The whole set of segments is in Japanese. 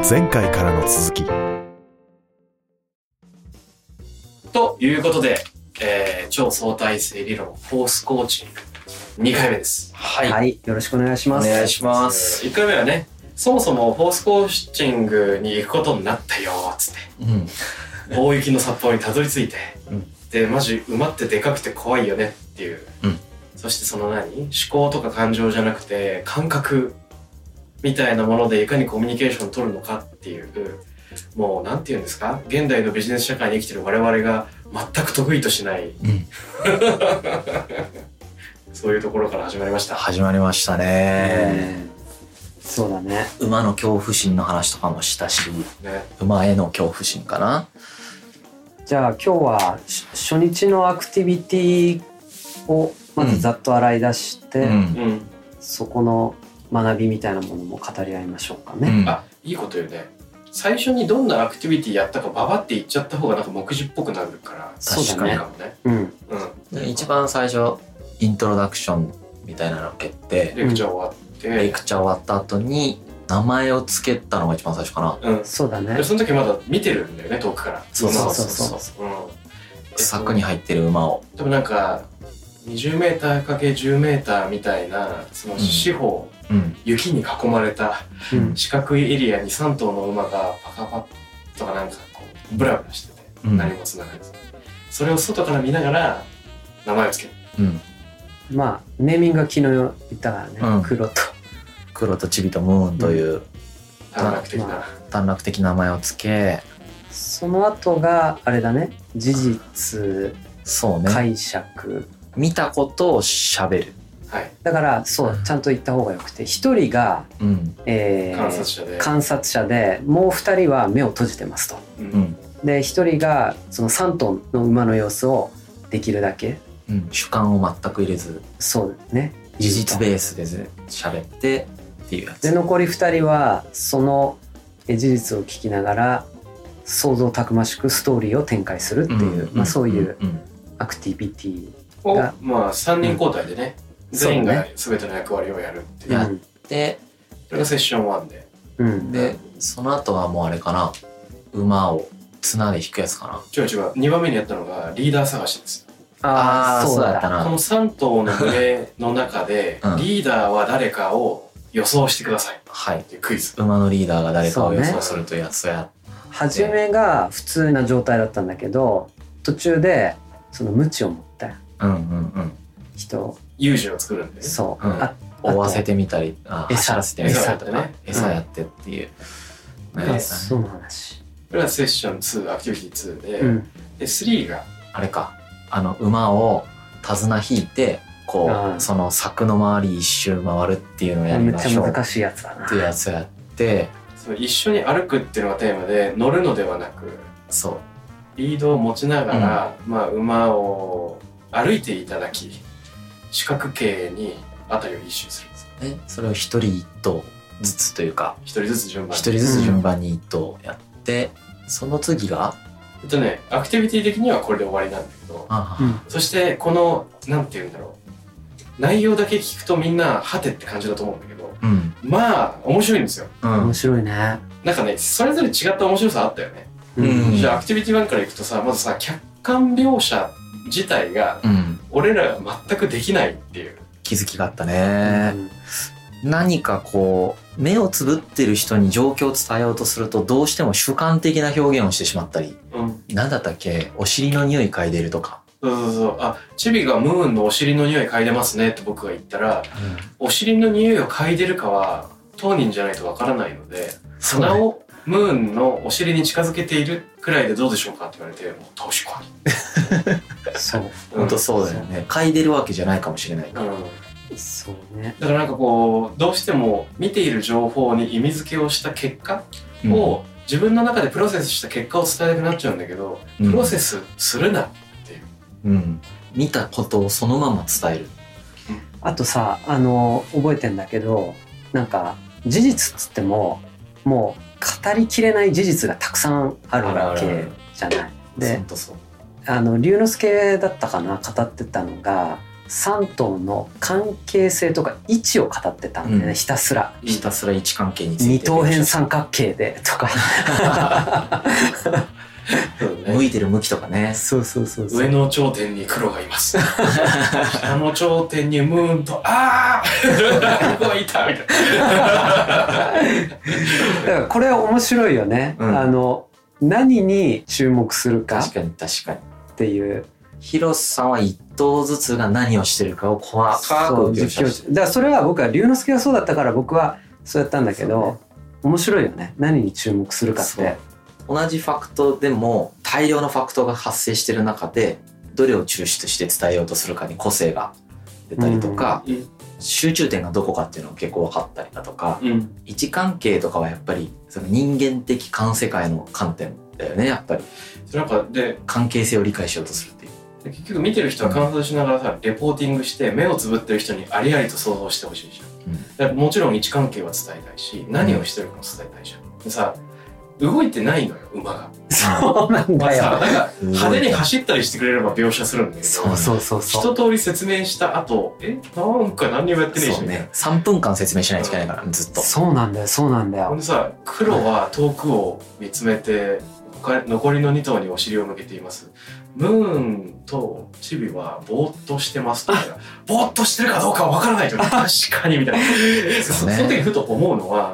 前回からの続きということで、超相対性理論フォースコーチング2回目です。 はい、よろしくお願いします。 お願いします。 1回目はね、そもそもフォースコーチングに行くことになったよっつって、大雪の札幌にたどり着いて、でマジ馬ってでかくて怖いよねっていう、そしてその思考とか感情じゃなくて感覚みたいなものでいかにコミュニケーションを取るのかっていう、もうなんていうんですか、現代のビジネス社会に生きてる我々が全く得意としない、そういうところから始まりました。 始まりましたね。 そうだね。 馬の恐怖心の話とかもしたし、馬への恐怖心かな。 じゃあ今日は初日のアクティビティをまずざっと洗い出して、そこの学びみたいなものも語り合いましょうかね。 あ、いいこと言うね。最初にどんなアクティビティやったかババって言っちゃった方がなんか目次っぽくなるから、 確かにかもね。 一番最初イントロダクションみたいなのを受けて、 レクチャー終わって、 レクチャー終わった後に名前を付けたのが一番最初かな。 そうだね。 でその時まだ見てるんだよね、遠くから。 そう。 柵に入ってる馬を。 でもなんか 20m×10m みたいなその四方、雪に囲まれた四角いエリアに3頭の馬がパカパッとかなんかこうブラブラしてて、何もつながらず、それを外から見ながら名前を付ける。 まあネーミングが昨日言ったからね、 黒とチビとムーンという短絡的な名前を付け、 その後があれだね、事実、解釈、 見たことを喋る。 だからそうちゃんと言った方がよくて、一人が、観察者でもう二人は目を閉じてますと。で一人がその3頭の馬の様子をできるだけ、 主観を全く入れず、 そうね、 事実ベースで喋ってっていうやつで、残り2人はその事実を聞きながら想像たくましくストーリーを展開するっていう、そういうアクティビティが 3人交代でね、全員が全ての役割をやるっていう、 やって、 それがセッション1で、 でその後はもうあれかな、馬を綱で引くやつかな。 違う2番目にやったのがリーダー探しです。 そうだったな。この3頭の群れの中でリーダーは誰かを予想してくださいっていうクイズ。 馬のリーダーが誰かを予想するというやつをやって、 初めが普通な状態だったんだけど、途中でその鞭を持った人、 有事を作るんで、 追わせてみたり、走らせてみたりとか、餌やってっていう、 その話。 これがセッション2、アクティビティ2で、で3があれか、馬を手綱引いてこうその柵の周り一周回るっていうのをやりましょう。 めっちゃ難しいやつだなっていうやつをやって、 一緒に歩くっていうのがテーマで、乗るのではなく、リードを持ちながら、馬を歩いていただき、四角形に辺りを一周するんですね。それを一人一頭ずつというか、 一人ずつ順番に一頭やって、その次がアクティビティ的にはこれで終わりなんだけど、そしてこのなんていうんだろう、内容だけ聞くとみんなはてって感じだと思うんだけど、面白いんですよ。 面白いね。 なんかね、それぞれ違った面白さあったよね。じゃあアクティビティ1からいくとさ、まずさ、客観描写自体が俺らが全くできないっていう気づきがあったね。何かこう目をつぶってる人に状況を伝えようとすると、どうしても主観的な表現をしてしまったり、なんだったっけ、お尻の匂い嗅いでるとか、 チビがムーンのお尻の匂い嗅いでますねって僕が言ったら、お尻の匂いを嗅いでるかは当人じゃないとわからないので、鼻をムーンのお尻に近づけているくらいでどうでしょうかって言われて、もう確かに本当そうだよね。嗅いでるわけじゃないかもしれないから、 そうね。 だからなんかこう、どうしても見ている情報に意味付けをした結果を、自分の中でプロセスした結果を伝えたくなっちゃうんだけど、プロセスするなっていう、 見たことをそのまま伝える。 あとさ、覚えてんだけど、なんか事実っつってももう語りきれない事実がたくさんあるわけじゃない。で、龍之介だったかな、語ってたのが、 3頭の関係性とか位置を語ってたんだよね、ひたすら位置関係について二等辺三角形でとか向いてる向きとかね。 そう上の頂点に黒がいます下の頂点にムーンとここはいたみたいなだからこれは面白いよね、何に注目するか確かにっていう。 広瀬さんは一頭ずつが何をしてるかを細かく実況して、だからそれは僕は龍之介がそうだったから僕はそうやったんだけど、面白いよね、何に注目するかって。 同じファクトでも大量のファクトが発生してる中でどれを抽出して伝えようとするかに個性が出たりとか、集中点がどこかっていうのが結構分かったりだとか、位置関係とかはやっぱりその人間的観世界の観点だよね、やっぱり。 なんかで関係性を理解しようとするっていう。 結局見てる人は観察しながらさ、レポーティングして目をつぶってる人にありありと想像してほしいじゃん、もちろん位置関係は伝えたいし、何をしてるかも伝えたいじゃん。でさ、動いてないのよ馬が。 そうなんだよ。 なんか派手に走ったりしてくれれば描写するんだけど、一通り説明した後、なんか何にもやってねえしね。 3分間説明しないといけないから、ずっと。 そうなんだよ。 ほんでさ、黒は遠くを見つめて残りの2頭にお尻を向けています。ムーンとチビはぼーっとしてますとか、ぼーっとしてるかどうかは分からないと。確かにみたいな。その時ふと思うのは、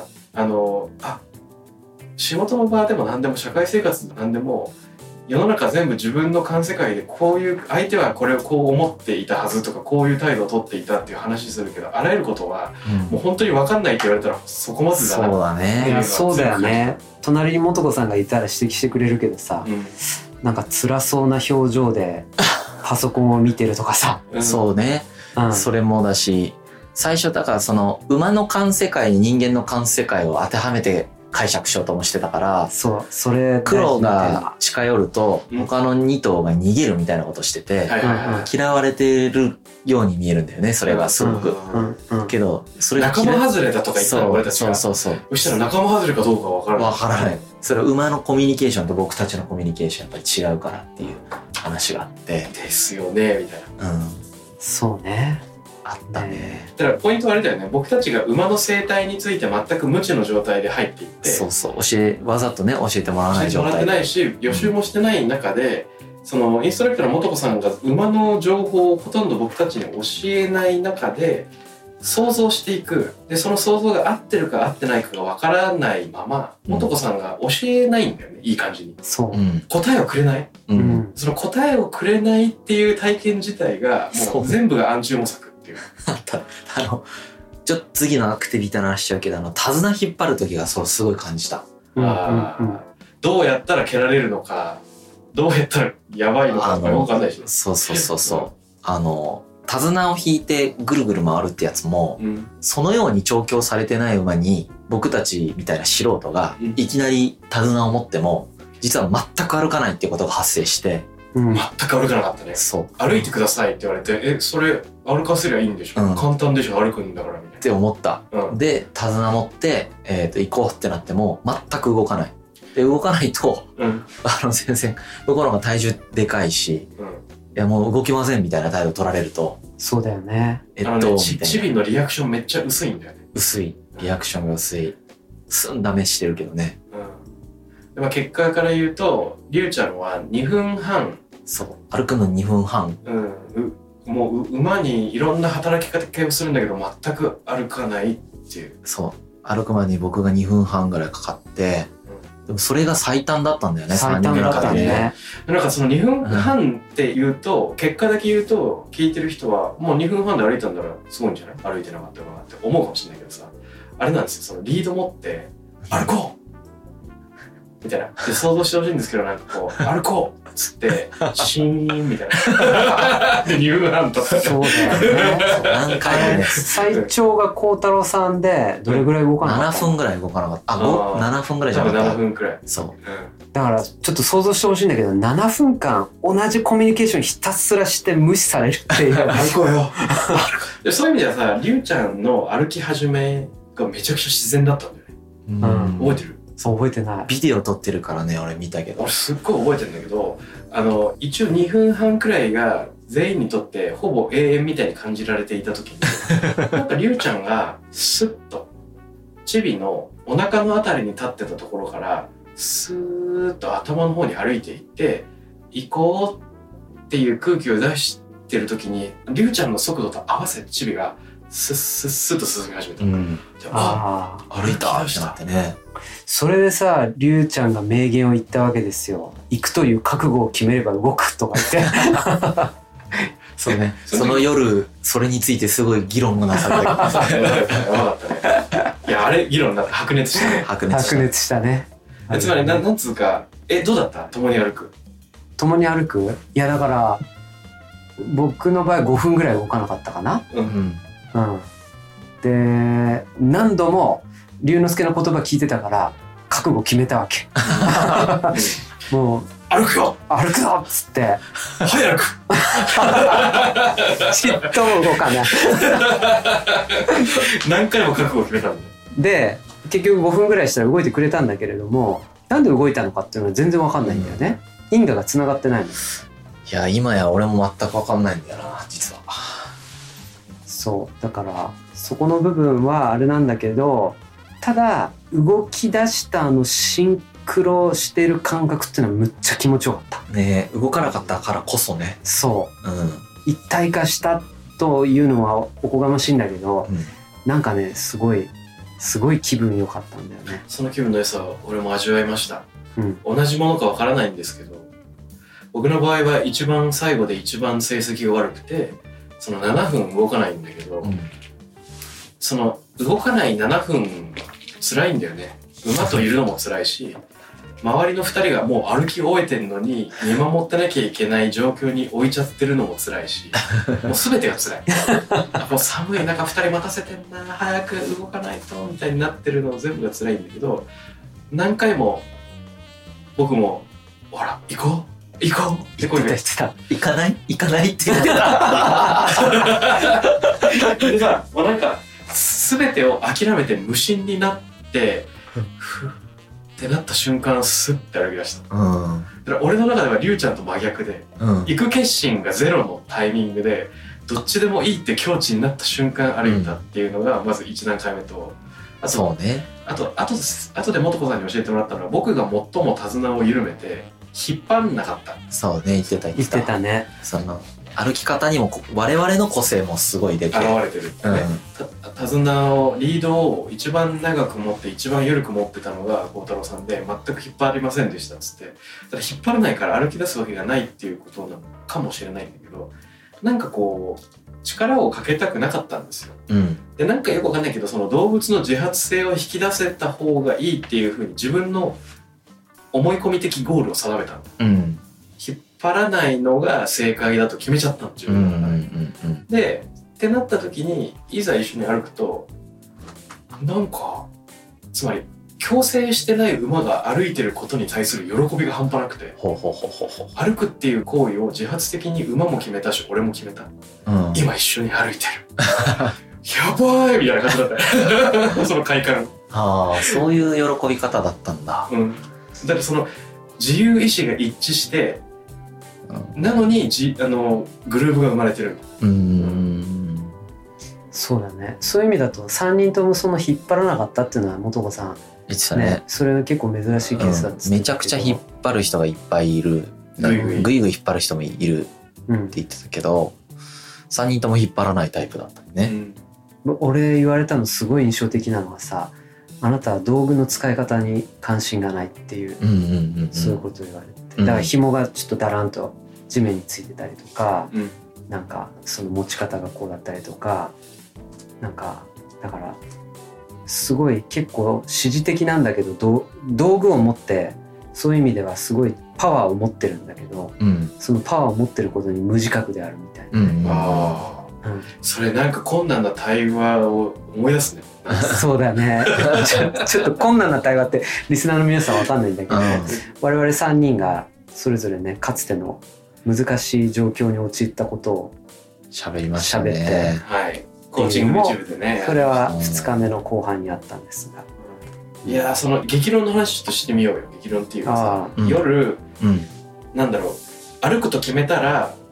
仕事の場でも何でも社会生活でも何でも、世の中全部自分の観世界でこういう相手はこれをこう思っていたはずとか、こういう態度を取っていたっていう話するけど、あらゆることはもう本当に分かんないって言われたらそこまでだな。 そうだね。 そうだよね。隣に素子さんがいたら指摘してくれるけどさ、なんか辛そうな表情でパソコンを見てるとかさ。 そうね、それもだし、最初だからその馬の観世界に人間の観世界を当てはめて解釈しようともしてたから、 それ黒が近寄ると他の2頭が逃げるみたいなことしてて、嫌われてるように見えるんだよね、それがすごく。けどそれが仲間外れだとか言ったら俺たちが、そしたら仲間外れかどうかわからない。 それは馬のコミュニケーションと僕たちのコミュニケーションやっぱり違うからっていう話があって。 ですよねみたいな。 そうね。 あったね。 だからポイントはあれだよね。僕たちが馬の生態について全く無知の状態で入っていって、 わざとね教えてもらわない状態で。 教えてもらってないし、予習もしてない中で、そのインストラクターの素子さんが馬の情報をほとんど僕たちに教えない中で想像していく。で、その想像が合ってるか合ってないかがわからないまま、素子さんが教えないんだよね、いい感じに。答えをくれない。その答えをくれないっていう体験自体がもう全部が暗中模索。 ちょっと次のアクティビティの話しちゃうけど、手綱引っ張る時がすごい感じた。 どうやったら蹴られるのか、どうやったらやばいのか分かんないし。 そう手綱を引いてぐるぐる回るってやつも、そのように調教されてない馬に僕たちみたいな素人がいきなり手綱を持っても実は全く歩かないっていうことが発生して、 全く歩かなかったね。歩いてくださいって言われて、それ歩かせりゃいいんでしょ、簡単でしょ、歩くんだからみたいなって思った、で手綱持って行こうってなっても全く動かない。で動かないと、全然向こうの方が体重でかいし、いやもう動きませんみたいな態度取られると。 そうだよね。 チビのリアクションめっちゃ薄いんだよね。 薄い、リアクションが薄い。すんだめしてるけどね。 結果から言うと、りゅうちゃんは2分半。 歩くの2分半。 もう馬にいろんな働き方をするんだけど全く歩かないっていう。 歩くまでに僕が2分半ぐらいかかって、でもそれが最短だったんだよね。 最短だったね。 なんかその2分半って言うと、結果だけ言うと聞いてる人はもう2分半で歩いたんだらすごいんじゃない？歩いてなかったかなって思うかもしれないけどさ、あれなんですよ、そのリード持って歩こうみたいなで想像してほしいんですけど、なんかこう歩こうっつってシーンみたいなで2分半とか。 そうだよね。何回もね。最長が孝太郎さんでどれぐらい動かなかった？ 7 分ぐらい動かなかった。7分ぐらいじゃなかった。 7分くらい。 だからちょっと想像してほしいんだけど、7分間同じコミュニケーションひたすらして無視されるっていう。 歩こうよ。そういう意味ではさ、りゅうちゃんの歩き始めがめちゃくちゃ自然だったんだよね。覚えてる？ 覚えてない。 ビデオ撮ってるからね、俺見たけど。 俺すっごい覚えてるんだけど、一応2分半くらいが全員にとってほぼ永遠みたいに感じられていた時になんかリュウちゃんがスッとチビのお腹のあたりに立ってたところからスーッと頭の方に歩いていって行こうっていう空気を出してる時にリュウちゃんの速度と合わせてチビがスッスッスッと進み始めた、 歩いたってなってね。 それでさ、リュウちゃんが名言を言ったわけですよ。行くという覚悟を決めれば動くとか言ってそうね。その夜それについてすごい議論がなされたけどやばかったね。いやあれ議論になって白熱したね。 白熱したね。 つまりなんつうかどうだった？共に歩く。 共に歩く？いやだから僕の場合5分ぐらい動かなかったかな。で何度も龍之介の言葉聞いてたから覚悟決めたわけもう歩くよ歩くぞっつって早くちっとも動かない何回も覚悟決めたんだよ。 で結局5分ぐらいしたら動いてくれたんだけれども、なんで動いたのかっていうのは全然わかんないんだよね、因果がつながってないの。いや今や俺も全くわかんないんだよな実は。 そうだからそこの部分はあれなんだけど、ただ動き出したシンクロしてる感覚っていうのはむっちゃ気持ちよかったね。動かなかったからこそね。 そう、一体化したというのはおこがましいんだけど、なんかねすごい気分良かったんだよね。 その気分の良さを俺も味わいました、同じものかわからないんですけど、僕の場合は一番最後で一番成績が悪くてその7分動かないんだけど、その動かない7分辛いんだよね。馬といるのも辛いし、周りの2人がもう歩き終えてるのに見守ってなきゃいけない状況に置いちゃってるのも辛いし、もう全てが辛いもう寒い中2人待たせてんな、早く動かないとみたいになってるの全部が辛いんだけど、何回も僕もほら行こうって声がしてた。 行かないって言ってたでさ、もうなんか全てを諦めて無心になってふってなった瞬間スッて歩き出した、だから俺の中ではリュウちゃんと真逆で、行く決心がゼロのタイミングでどっちでもいいって境地になった瞬間歩いたっていうのがまず1段階目と、あとそうね、 あとで素子さんに教えてもらったのは、僕が最も手綱を緩めて引っ張んなかった。 そうね、言ってたね。 その歩き方にも我々の個性もすごい出て現れてるってね、手綱をリードを一番長く持って一番緩く持ってたのが孝太郎さんで、全く引っ張りませんでしたっつって。ただ引っ張らないから歩き出すわけがないっていうことなのかもしれないんだけど、なんかこう力をかけたくなかったんですよ、でなんかよくわかんないけど、その動物の自発性を引き出せた方がいいっていうふうに自分の思い込み的ゴールを定めたの、引っ張らないのが正解だと決めちゃったの自分の中で、でってなった時にいざ一緒に歩くと、なんかつまり強制してない馬が歩いてることに対する喜びが半端なくて、歩くっていう行為を自発的に馬も決めたし俺も決めた、今一緒に歩いてるやばいみたいな感じだったその快感。 そういう喜び方だったんだ。 だってその自由意志が一致して、なのにグルーヴが生まれてる。 そうだね。そういう意味だと3人ともその引っ張らなかったっていうのは素子さん言ってたね。 それは結構珍しいケースだった、 めちゃくちゃ引っ張る人がいっぱいいる、ぐいぐい引っ張る人もいるって言ってたけど、3人とも引っ張らないタイプだったね、 俺言われたのすごい印象的なのはさ、あなたは道具の使い方に関心がないっていう、そういうことを言われて、だから紐がちょっとだらんと地面についてたりとか、なんかその持ち方がこうだったりとか、なんかだからすごい結構指示的なんだけど、道具を持ってそういう意味ではすごいパワーを持ってるんだけど、そのパワーを持ってることに無自覚であるみたいな、 それなんか困難な対話を思い出すねそうだねちょっと困難な対話ってリスナーの皆さんわかんないんだけど、我々3人がそれぞれねかつての難しい状況に陥ったことを喋りましたね。 コーチング YouTube でね。 それは2日目の後半にあったんですが、 いやその激論の話ちょっとしてみようよ。激論っていうかさ、夜、なんだろう、歩くと決めたら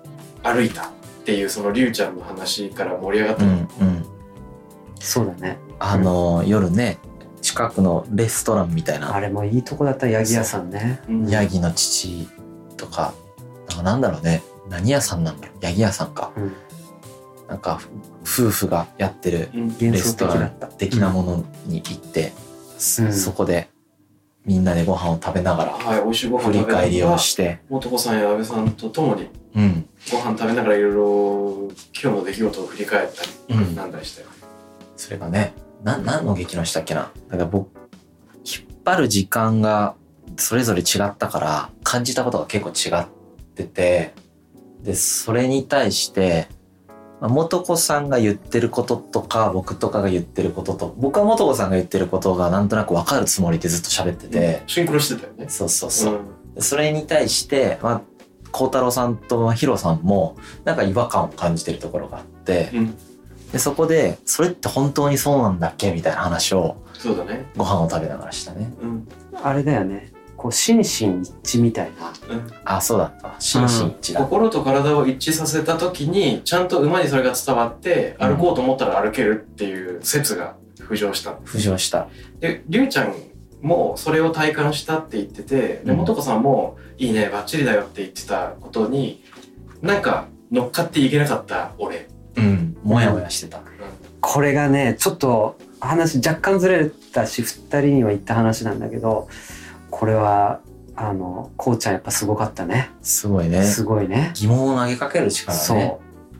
歩いたっていうそのりゅうちゃんの話から盛り上がった、 そうだね。 夜ね近くのレストランみたいな、 あれもいいとこだった。ヤギ屋さんね。 ヤギの父とかなんだろうね、何屋さんなんだろう、ヤギ屋さんか、なんか夫婦がやってるレストラン的なものに行って、そこでみんなでご飯を食べながら、 美味しいご飯振り返りをして、 素子さんや安倍さんと共にご飯食べながらいろいろ今日の出来事を振り返ったりなんだりしたよ。 それがね、何の劇のしたっけな。だから僕引っ張る時間がそれぞれ違ったから感じたことが結構違ってて、でそれに対して素子さんが言ってることとか僕とかが言ってることと、僕は素子さんが言ってることがなんとなく分かるつもりでずっと喋ってて、 シンクロしてたよね。 そう、それに対して孝太郎さんとヒロさんもなんか違和感を感じてるところがあって、でそこでそれって本当にそうなんだっけみたいな話をそうだね、 ご飯を食べながらしたね。 あれだよね、こう心身一致みたいな、そうだった、心身一致だ、 心と体を一致させた時にちゃんと馬にそれが伝わって歩こうと思ったら歩けるっていう説が浮上したで、りゅうちゃんもそれを体感したって言ってて、で素子さんもいいねバッチリだよって言ってたことになんか乗っかっていけなかった俺、 もやもやしてた、 これがねちょっと話若干ずれたし2人には言った話なんだけど、これはこうちゃんやっぱすごかったね。 すごいね。疑問を投げかける力ね。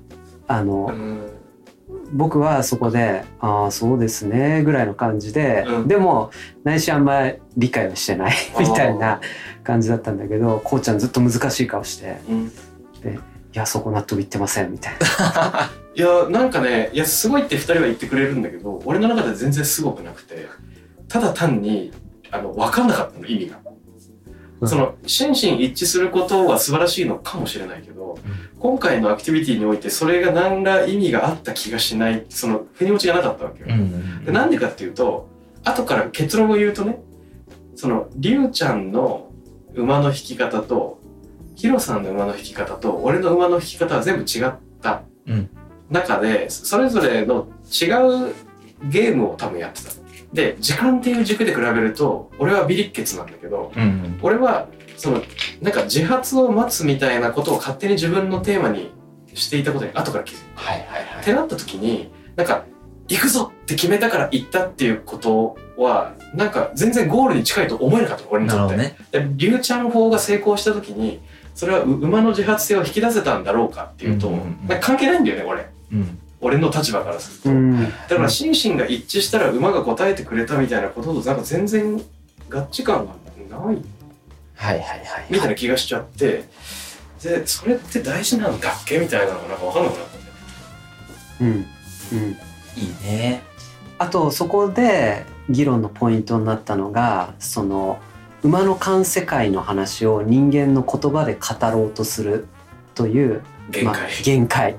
僕はそこでそうですねぐらいの感じで、でも内心あんまり理解はしてないみたいな感じだったんだけど、こうちゃんずっと難しい顔して、でいやそこ納得いってませんみたいな。 いやなんかね、いやすごいって2人は言ってくれるんだけど、俺の中で全然すごくなくて、ただ単に分かんなかったの意味が。その心身一致することは素晴らしいのかもしれないけど、今回のアクティビティにおいてそれが何ら意味があった気がしない、その腑に落ちがなかったわけよ。でなんでかっていうと、後から結論を言うとね、そのりゅうちゃんの馬の引き方とヒロさんの馬の引き方と俺の馬の引き方は全部違った中で、それぞれの違うゲームを多分やってた。で時間っていう軸で比べると俺はビリッケツなんだけど、俺はそのなんか自発を待つみたいなことを勝手に自分のテーマにしていたことに後から気づいた。ってなった時になんか行くぞって決めたから行ったっていうことはなんか全然ゴールに近いと思えなかった俺にとって。ね、リュウちゃん法が成功した時にそれは馬の自発性を引き出せたんだろうかっていうと、なんか関係ないんだよね俺。俺の立場からすると、だから心身が一致したら馬が答えてくれたみたいなこととなんか全然合致感がないみたいな気がしちゃって、でそれって大事なんだっけみたいなのがなんか分かんなくなったんだよ。 いいね。 あとそこで議論のポイントになったのが、その馬の環世界の話を人間の言葉で語ろうとするという限界。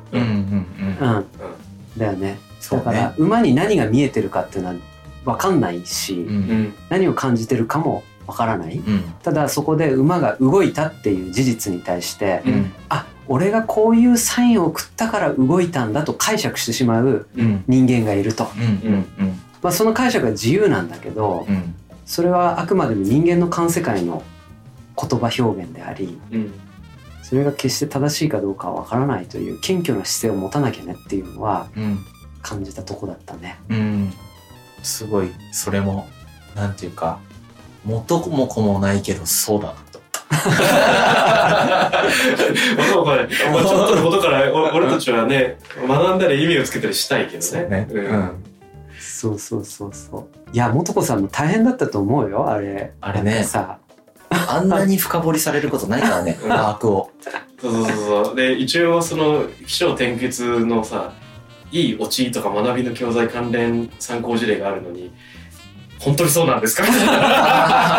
だよね。だから馬に何が見えてるかっていうのは分かんないし、何を感じてるかも分からない。ただそこで馬が動いたっていう事実に対して、あ、俺がこういうサインを送ったから動いたんだと解釈してしまう人間がいると。その解釈は自由なんだけど、それはあくまでも人間の環世界の言葉表現であり、それが決して正しいかどうかは分からないという謙虚な姿勢を持たなきゃねっていうのは感じたとこだったね。 すごいそれもなんていうか元も子もないけどそうだなと。 ちょっとのことから俺たちはね学んだり意味をつけたりしたいけどね。 そう。いや素子さんも大変だったと思うよあれね。さあんなに深掘りされることないからね、ワークを。 そうで一応その起承転結のさいいオチとか学びの教材関連参考事例があるのに本当にそうなんですかめ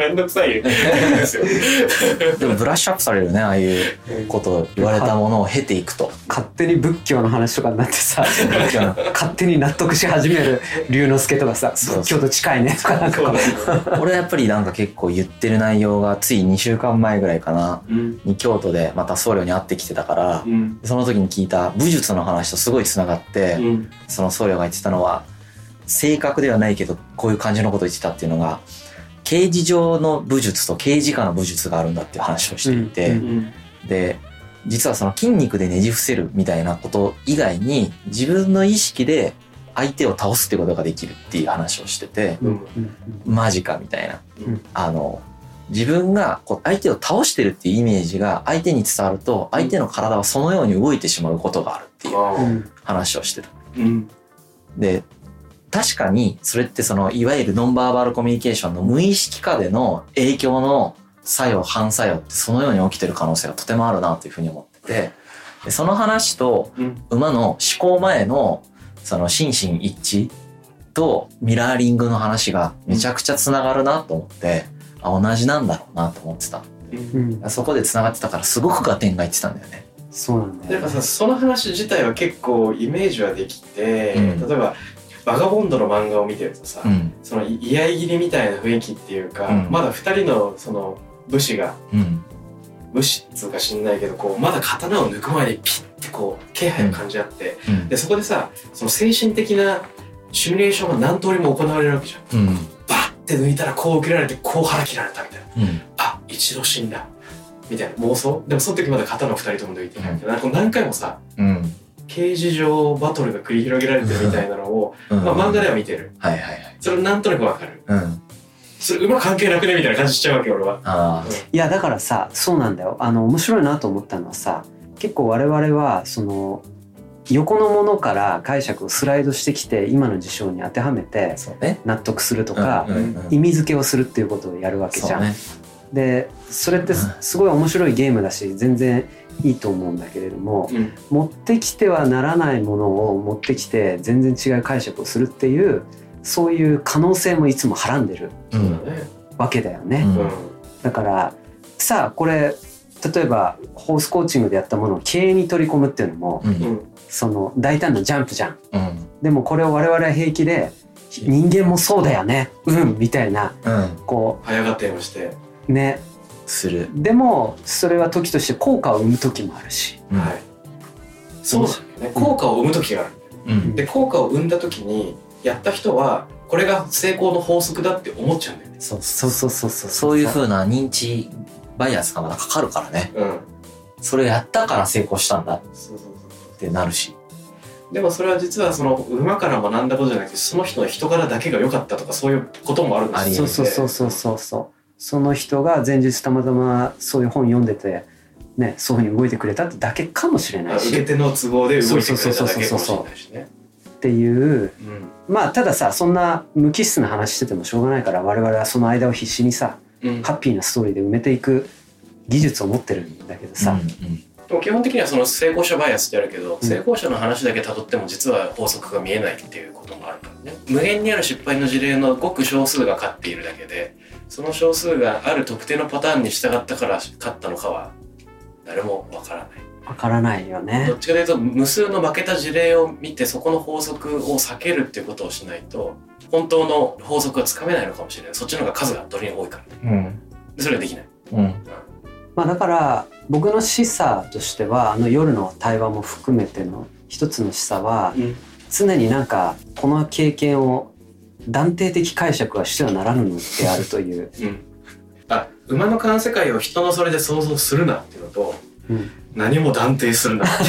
めんどくさいですよ。 でもブラッシュアップされるね、ああいうこと言われたものを経ていくと。 勝手に仏教の話とかになってさ勝手に納得し始める龍之介とかさ、仏教と近いねとかなんか俺はやっぱりなんか結構言ってる内容がつい2週間前ぐらいかな、に京都でまた僧侶に会ってきてたから、その時に聞いた武術の話とすごいつながって、その僧侶が言ってたのは正確ではないけどこういう感じのことを言ってたっていうのが、刑事上の武術と刑事下の武術があるんだっていう話をしていて、で実はその筋肉でねじ伏せるみたいなこと以外に自分の意識で相手を倒すってことができるっていう話をしてて、マジかみたいな、自分がこう相手を倒してるっていうイメージが相手に伝わると相手の体はそのように動いてしまうことがあるっていう話をしてた。で確かにそれってそのいわゆるノンバーバルコミュニケーションの無意識下での影響の作用反作用ってそのように起きてる可能性がとてもあるなというふうに思ってて、でその話と馬の思考前のその心身一致とミラーリングの話がめちゃくちゃつながるなと思って、同じなんだろうなと思ってた。そこでつながってたからすごく合点がいってたんだよね。 そうなんだよね。 やっぱさ、その話自体は結構イメージはできて、例えばバガボンドの漫画を見てるとさ、その居合斬りみたいな雰囲気っていうか、まだ2人のその武士が、武士っつうか知んないけどこうまだ刀を抜く前にピッてこう気配を感じ合って、でそこでさ、その精神的なシミュレーションが何通りも行われるわけじゃん。バッて抜いたらこう受けられてこう腹切られたみたいな、あ、一度死んだみたいな妄想。でもその時まだ刀を2人とも抜いてないみたいな、何回もさ、刑事上バトルが繰り広げられてるみたいなのを、漫画では見てる。それなんとなくわかる。それ馬関係なくねみたいな感じしちゃうわけ俺は。 いやだからさ、そうなんだよ。面白いなと思ったのはさ、結構我々はその横のものから解釈をスライドしてきて今の事象に当てはめて納得するとか、意味付けをするっていうことをやるわけじゃん。でそれってすごい面白いゲームだし全然いいと思うんだけれども、持ってきてはならないものを持ってきて全然違う解釈をするっていうそういう可能性もいつもはらんでるわけだよね。だからさあこれ例えばホースコーチングでやったものを経営に取り込むっていうのも、その大胆なジャンプじゃん。でもこれを我々は平気で人間もそうだよね、みたいな、 こう早がってましてねする。 でもそれは時として効果を生む時もあるし、 そうですよね。効果を生む時がある。で効果を生んだ時にやった人はこれが成功の法則だって思っちゃうんだよね。 そういう風な認知バイアスがまだかかるからね。それやったから成功したんだってなるし。 でもそれは実はその馬から学んだことじゃなくてその人の人柄だけが良かったとかそういうこともあるんですよね。 そうその人が前日たまたまそういう本読んでてね、そういう風に動いてくれたってだけかもしれないし、 受け手の都合で動いてくれただけかもしれないしねっていう、まあたださ、そんな無機質な話しててもしょうがないから我々はその間を必死にさ、ハッピーなストーリーで埋めていく技術を持ってるんだけどさ、 でも基本的にはその成功者バイアスってあるけど、成功者の話だけ辿っても実は法則が見えないっていうこともあるからね。無限にある失敗の事例のごく少数が勝っているだけで、その少数がある特定のパターンに従ったから勝ったのかは誰もわからない。 わからないよね。 どっちかというと無数の負けた事例を見てそこの法則を避けるっていうことをしないと本当の法則はつかめないのかもしれない。そっちの方が数が圧倒的に多いからね。それはできない。 まあだから僕の示唆としては夜の対話も含めての一つの示唆は、常になんかこの経験を断定的解釈はしてはならぬのであるという、 馬の観世界を人のそれで想像するなっていうのと、何も断定するなホ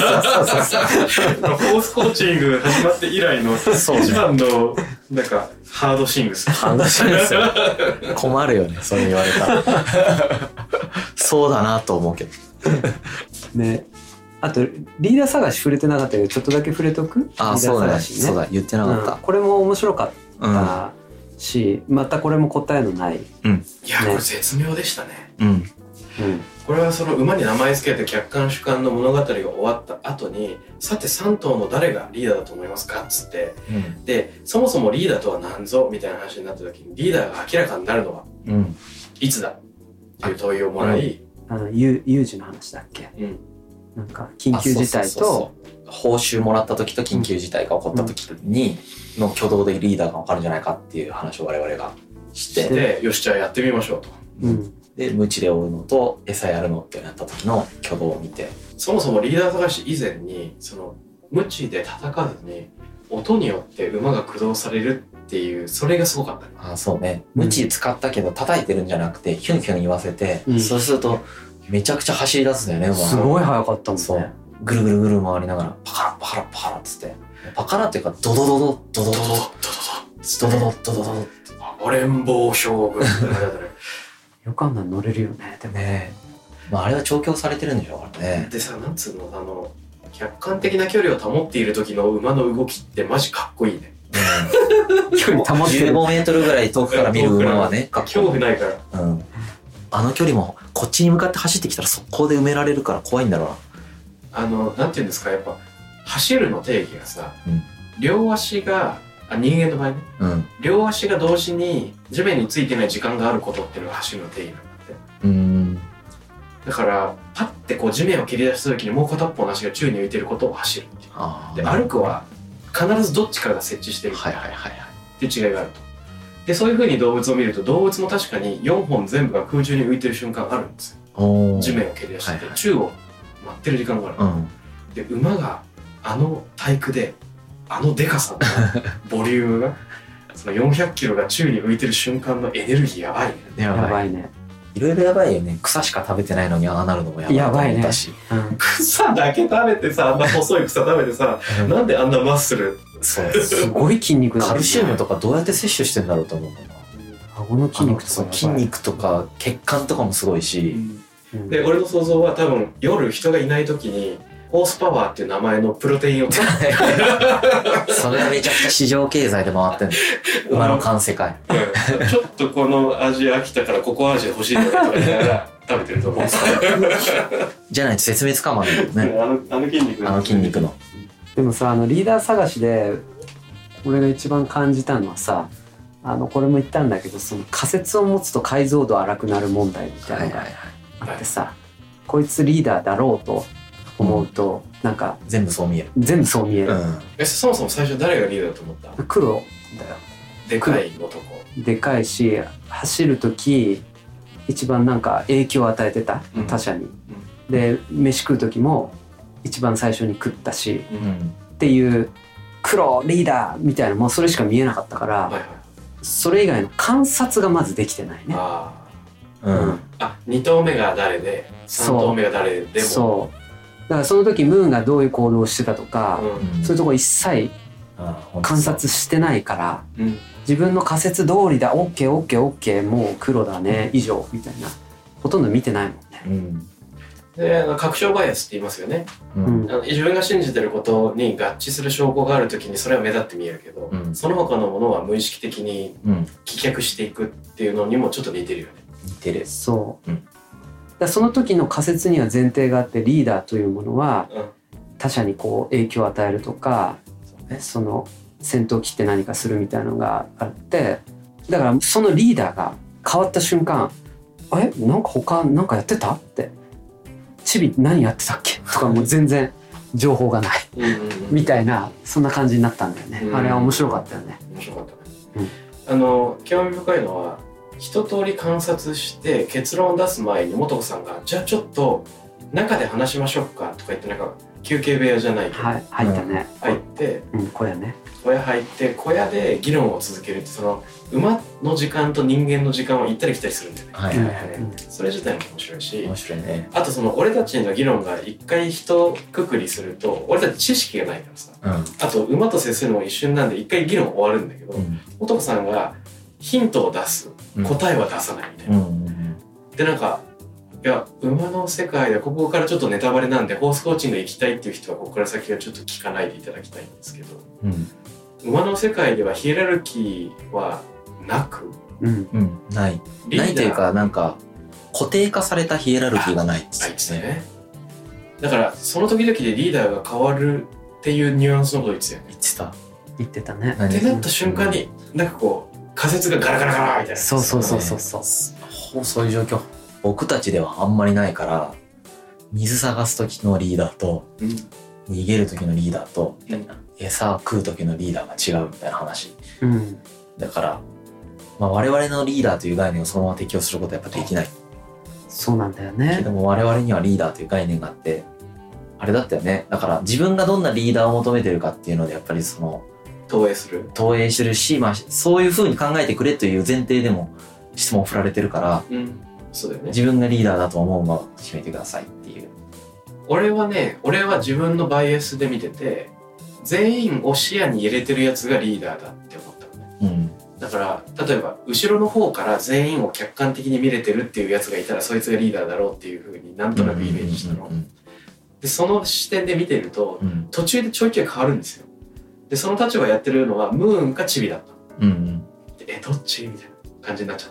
ースコーチング始まって以来の一番のなんかハードシングス。 ハードシングスよ。困るよね、それ言われたら。そうだなと思うけど。ね。 あとリーダー探し触れてなかったけどちょっとだけ触れとく。 そうだね。そうだ、言ってなかった。 これも面白かったし、またこれも答えのない。 いや、これ絶妙でしたね。これはその馬に名前付けて客観主観の物語が終わった後に、さて3頭の誰がリーダーだと思いますかっつって、でそもそもリーダーとは何ぞみたいな話になった時にリーダーが明らかになるのはいつだっていう問いをもらい、 有事の話だっけ、なんか緊急事態と報酬もらった時と緊急事態が起こった時にの挙動でリーダーが分かるんじゃないかっていう話を我々がしてで、よしじゃあやってみましょうと、 で鞭で追うのと餌やるのってなった時の挙動を見て、 そもそもリーダー探し以前にその鞭で叩かずに音によって馬が駆動されるっていう、それがすごかった。 そうね、鞭使ったけど叩いてるんじゃなくてヒュンヒュン言わせて、そうするとめちゃくちゃ走り出すんだよね、馬が。 すごい速かったもんね。 そう、ぐるぐるぐる回りながらパカラパカラパカラっつって、パカラっていうかドドドドドドドドドドドドドドド暴れん坊将軍よくあんな乗れるよね。でもね、あれは調教されてるんでしょうね。 でさ、なんつうの、客観的な距離を保っている時の馬の動きってマジかっこいいね。 距離保ってる。 15メートルぐらい遠くから見る馬はね、 恐怖ないから。 あの距離もこっちに向かって走ってきたら速攻で埋められるから怖いんだろうな。なんていうんですか、やっぱ走るの定義がさ、両足が人間の場合ね、両足が同時に地面についてない時間があることっていうのが走るの定義なんだって。だからパッてこう地面を切り出した時にもう片っぽの足が宙に浮いてることを走るっていう。で、歩くは必ずどっちかが設置してるっていう違いがあると。で、そういう風に動物を見ると、動物も確かに4本全部が空中に浮いてる瞬間あるんですよ。地面を蹴り出して、宙を待ってる時間がある。で、馬が体育でデカさのボリュームがその400キロが宙に浮いてる瞬間のエネルギーやばいね。 やばいね。 いろいろやばいよね。草しか食べてないのにああなるのもやばいね。 草だけ食べてさ、あんな細い草食べてさ、なんであんなマッスル。 すごい筋肉だね。 カルシウムとかどうやって摂取してんだろうと思う。 顎の筋肉とか血管とかもすごいし。 で、俺の想像は多分夜人がいない時にホースパワーっていう名前のプロテインを使ってそれはめちゃくちゃ市場経済で回ってんの。馬の環世界。 ちょっとこの味飽きたからココア味欲しいとか言いながら食べてると思うんですじゃないと説明つかまないよね。 あの筋肉の。 でもさ、リーダー探しで俺が一番感じたのはさ、これも言ったんだけど、その仮説を持つと解像度荒くなる問題みたいなのがあってさ、こいつリーダーだろうと思うと、なんか全部そう見える。 そもそも最初誰がリーダーだと思った？ 黒だよ。 でかい男。 でかいし、走る時一番なんか影響を与えてた、他者に。で、飯食う時も一番最初に食ったし、っていう黒リーダーみたいな、もうそれしか見えなかったから、それ以外の観察がまずできてないね。 2頭目が誰で3頭目が誰でも。 そうだからその時ムーンがどういう行動をしてたとか、そういうとこ一切観察してないから、自分の仮説通りだ、オッケーもう黒だね以上みたいな、ほとんど見てないもんね。 で、確証バイアスって言いますよね。自分が信じてることに合致する証拠があるときにそれは目立って見えるけど、その他のものは無意識的に棄却していくっていうのにもちょっと似てるよね。 似てる。 そう。だその時の仮説には前提があって、リーダーというものは他者にこう影響を与えるとか、その先頭を切って何かするみたいなのがあって、だからそのリーダーが変わった瞬間、なんか他なんかやってたって。チビ何やってたっけとかも全然情報がないみたいな、そんな感じになったんだよね。あれは面白かったよね。 面白かったね。興味深いのは、一通り観察して結論を出す前に素子さんが「じゃあちょっと中で話しましょうか」とか言って、なんか休憩部屋じゃないけど、 入ったね。 入って、 小屋ね。 小屋入って小屋で議論を続けるって、その馬の時間と人間の時間を行ったり来たりするんだよね。それ自体も面白いし、 面白いね。 あとその俺たちの議論が一回一括りすると、俺たち知識がないからさ、あと馬と接するのも一瞬なんで一回議論終わるんだけど、素子さんがヒントを出す、答えは出さないみたいな。で、なんか、いや、馬の世界でここからちょっとネタバレなんで、ホースコーチング行きたいっていう人はここから先はちょっと聞かないでいただきたいんですけど、馬の世界ではヒエラルキーはなく、 ないというか、なんか固定化されたヒエラルキーがないですね。 だからその時々でリーダーが変わるっていうニュアンスのことを言ってたよね。 言ってたね。 ってなった瞬間に、なんかこう仮説がガラガラガラみたいな。 そうそうそうそうそう。 そういう状況。僕たちではあんまりないから、水探す時のリーダーと、逃げる時のリーダーと、みたいな、餌食う時のリーダーが違うみたいな話。だから、我々のリーダーという概念をそのまま適用することはやっぱできない。 そうなんだよね。 けども我々にはリーダーという概念があって、あれだったよね。だから自分がどんなリーダーを求めてるかっていうのでやっぱりその投影するし、そういう風に考えてくれという前提でも質問を振られてるから、 そうだよね。 自分がリーダーだと思うのを決めてくださいっていう。 俺は自分のバイアスで見てて、全員を視野に入れてるやつがリーダーだって思ったのね。だから例えば後ろの方から全員を客観的に見れてるっていうやつがいたらそいつがリーダーだろうっていう風になんとなくイメージしたの。でその視点で見てると、途中でちょいちょい変わるんですよ。でその立場やってるのはムーンかチビだった。でどっちみたいな感じになっちゃった。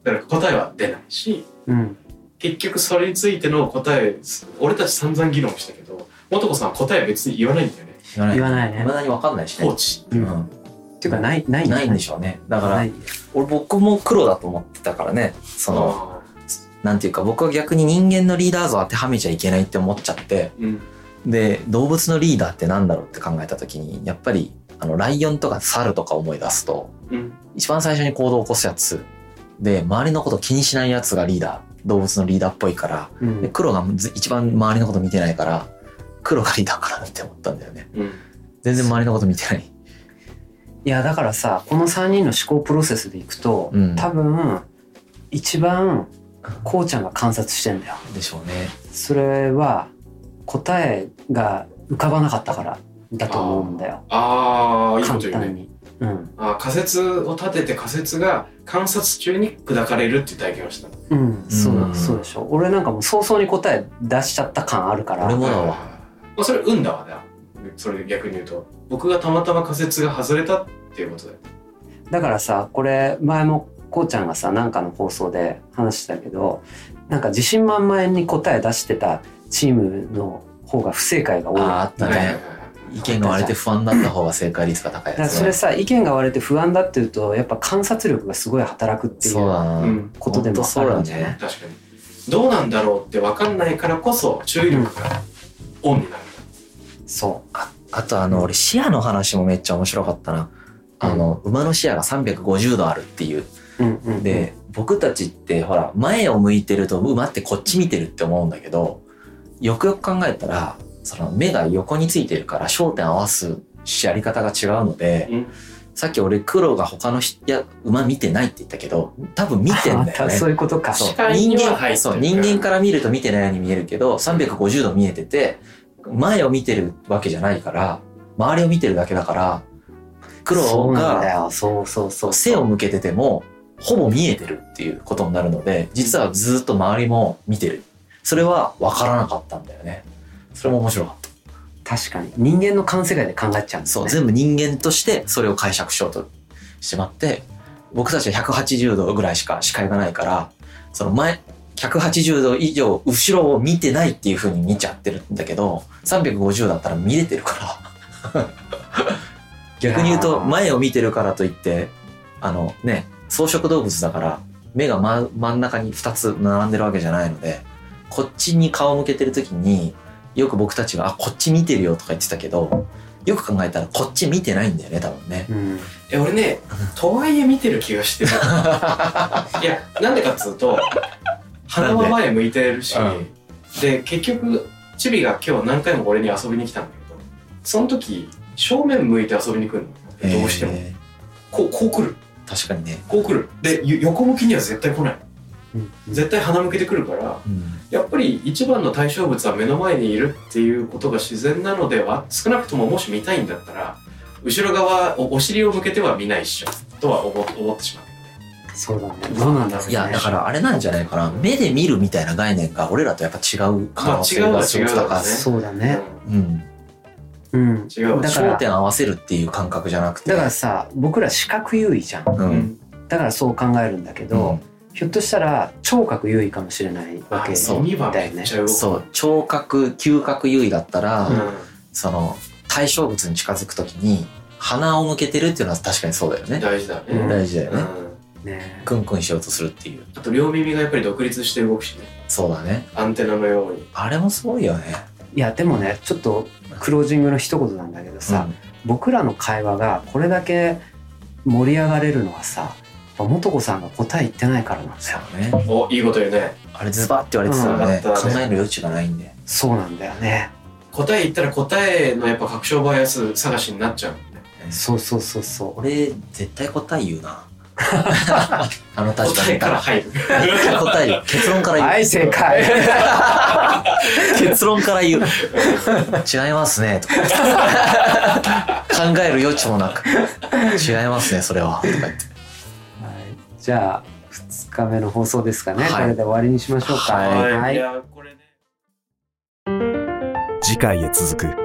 だから答えは出ないし、結局それについての答え俺たち散々議論したけど、素子さんは答えは別に言わないんだよね。 言わないね。 無駄に分かんないしね。 放置。 っていうかないんでしょうね。だから僕も黒だと思ってたからね。そのなんていうか、僕は逆に人間のリーダー像を当てはめちゃいけないって思っちゃって、で動物のリーダーってなんだろうって考えた時にやっぱりライオンとか猿とか思い出すと、一番最初に行動を起こすやつで周りのこと気にしないやつがリーダー、動物のリーダーっぽいから、で黒が一番周りのこと見てないから黒がリーダーかなって思ったんだよね。全然周りのこと見てない。 いやだからさ、この3人の思考プロセスでいくと、多分一番こうちゃんが観察してんだよ。 でしょうね。 それは答えが浮かばなかったからだと思うんだよ。 いいこと言うね。仮説を立てて仮説が観察中に砕かれるっていう体験をした。 そうでしょ。俺なんかもう早々に答え出しちゃった感あるから。 俺もだわ。 それ運だわね。それで逆に言うと僕がたまたま仮説が外れたっていうことだよ。 だからさ、これ前もこうちゃんがさなんかの放送で話したけど、なんか自信満々に答え出してたチームの方が不正解が多い。 あったね。意見が割れて不安だった方が正解率が高いやつ、ね。 それさ、意見が割れて不安だっていうとやっぱ観察力がすごい働くっていうことでもあるんじゃない？ 確かに。どうなんだろうって分かんないからこそ注意力がオンになる。 そう。 あと俺視野の話もめっちゃ面白かったな。馬の視野が350度あるっていう。で僕たちってほら前を向いてると馬ってこっち見てるって思うんだけど、よくよく考えたらその目が横についてるから焦点合わすやり方が違うので、さっき俺黒が他の馬見てないって言ったけど多分見てんだよね。 そういうことか。 人間から見ると見てないように見えるけど350度見えてて、前を見てるわけじゃないから周りを見てるだけだから、黒が背を向けててもほぼ見えてるっていうことになるので、実はずっと周りも見てる。それは分からなかったんだよね。それも面白かった。 確かに人間の感世界で考えちゃうんですね。 そう、全部人間としてそれを解釈しようとしまって、僕たちは180度ぐらいしか視界がないから、その前180度以上後ろを見てないっていう風に見ちゃってるんだけど、350だったら見れてるから逆に言うと前を見てるからといって草食動物だから目が真ん中に2つ並んでるわけじゃないので、こっちに顔を向けてる時によく僕たちがこっち見てるよとか言ってたけど、よく考えたらこっち見てないんだよね多分ね。 俺ねとはいえ見てる気がしてるいやなんでかっつうと鼻は前向いてるし、で結局チビが今日何回も俺に遊びに来たんだけど、その時正面向いて遊びに来るの。どうしてもこう来る。 確かにね。 こう来る。で横向きには絶対来ない。絶対鼻向けてくるから、やっぱり一番の対象物は目の前にいるっていうことが自然なのでは。少なくとももし見たいんだったら後ろ側お尻を向けては見ないっしょとは思ってしまう。 そうだね。どうなんだろうね。 いやだからあれなんじゃないかな。目で見るみたいな概念が俺らとやっぱ違う可能性がすごく高い。 そうだね。 違う。 焦点合わせるっていう感覚じゃなくて。 だからさ、僕ら視覚優位じゃん。だからそう考えるんだけど、ひょっとしたら聴覚優位かもしれないわけだよね。 そう、聴覚嗅覚優位だったら、その対象物に近づくときに鼻を向けてるっていうのは確かにそうだよね。 大事だね。 大事だよね。 ね、 クンクンしようとするっていう。 あと両耳がやっぱり独立して動くしね。 そうだね。 アンテナのように。 あれもすごいよね。 いやでもねちょっとクロージングの一言なんだけどさ、僕らの会話がこれだけ盛り上がれるのはさ、素子さんが答え言ってないからなんですよね。 お、いいこと言うね。 あれズバって言われてたらね、考える余地がないんで。 そうなんだよね。 答え言ったら答えのやっぱ確証バイアス探しになっちゃうんで。 そうそうそうそう。 俺絶対答え言うな。あの立場答えから入る。 答え結論から言う。 はい正解。 結論から言う。違いますねとか考える余地もなく違いますねそれはとか言って。はい、 じゃあ2日目の放送ですかね、 はい、 これで終わりにしましょうか。 はい、 はい、 いやこれね。 次回へ続く。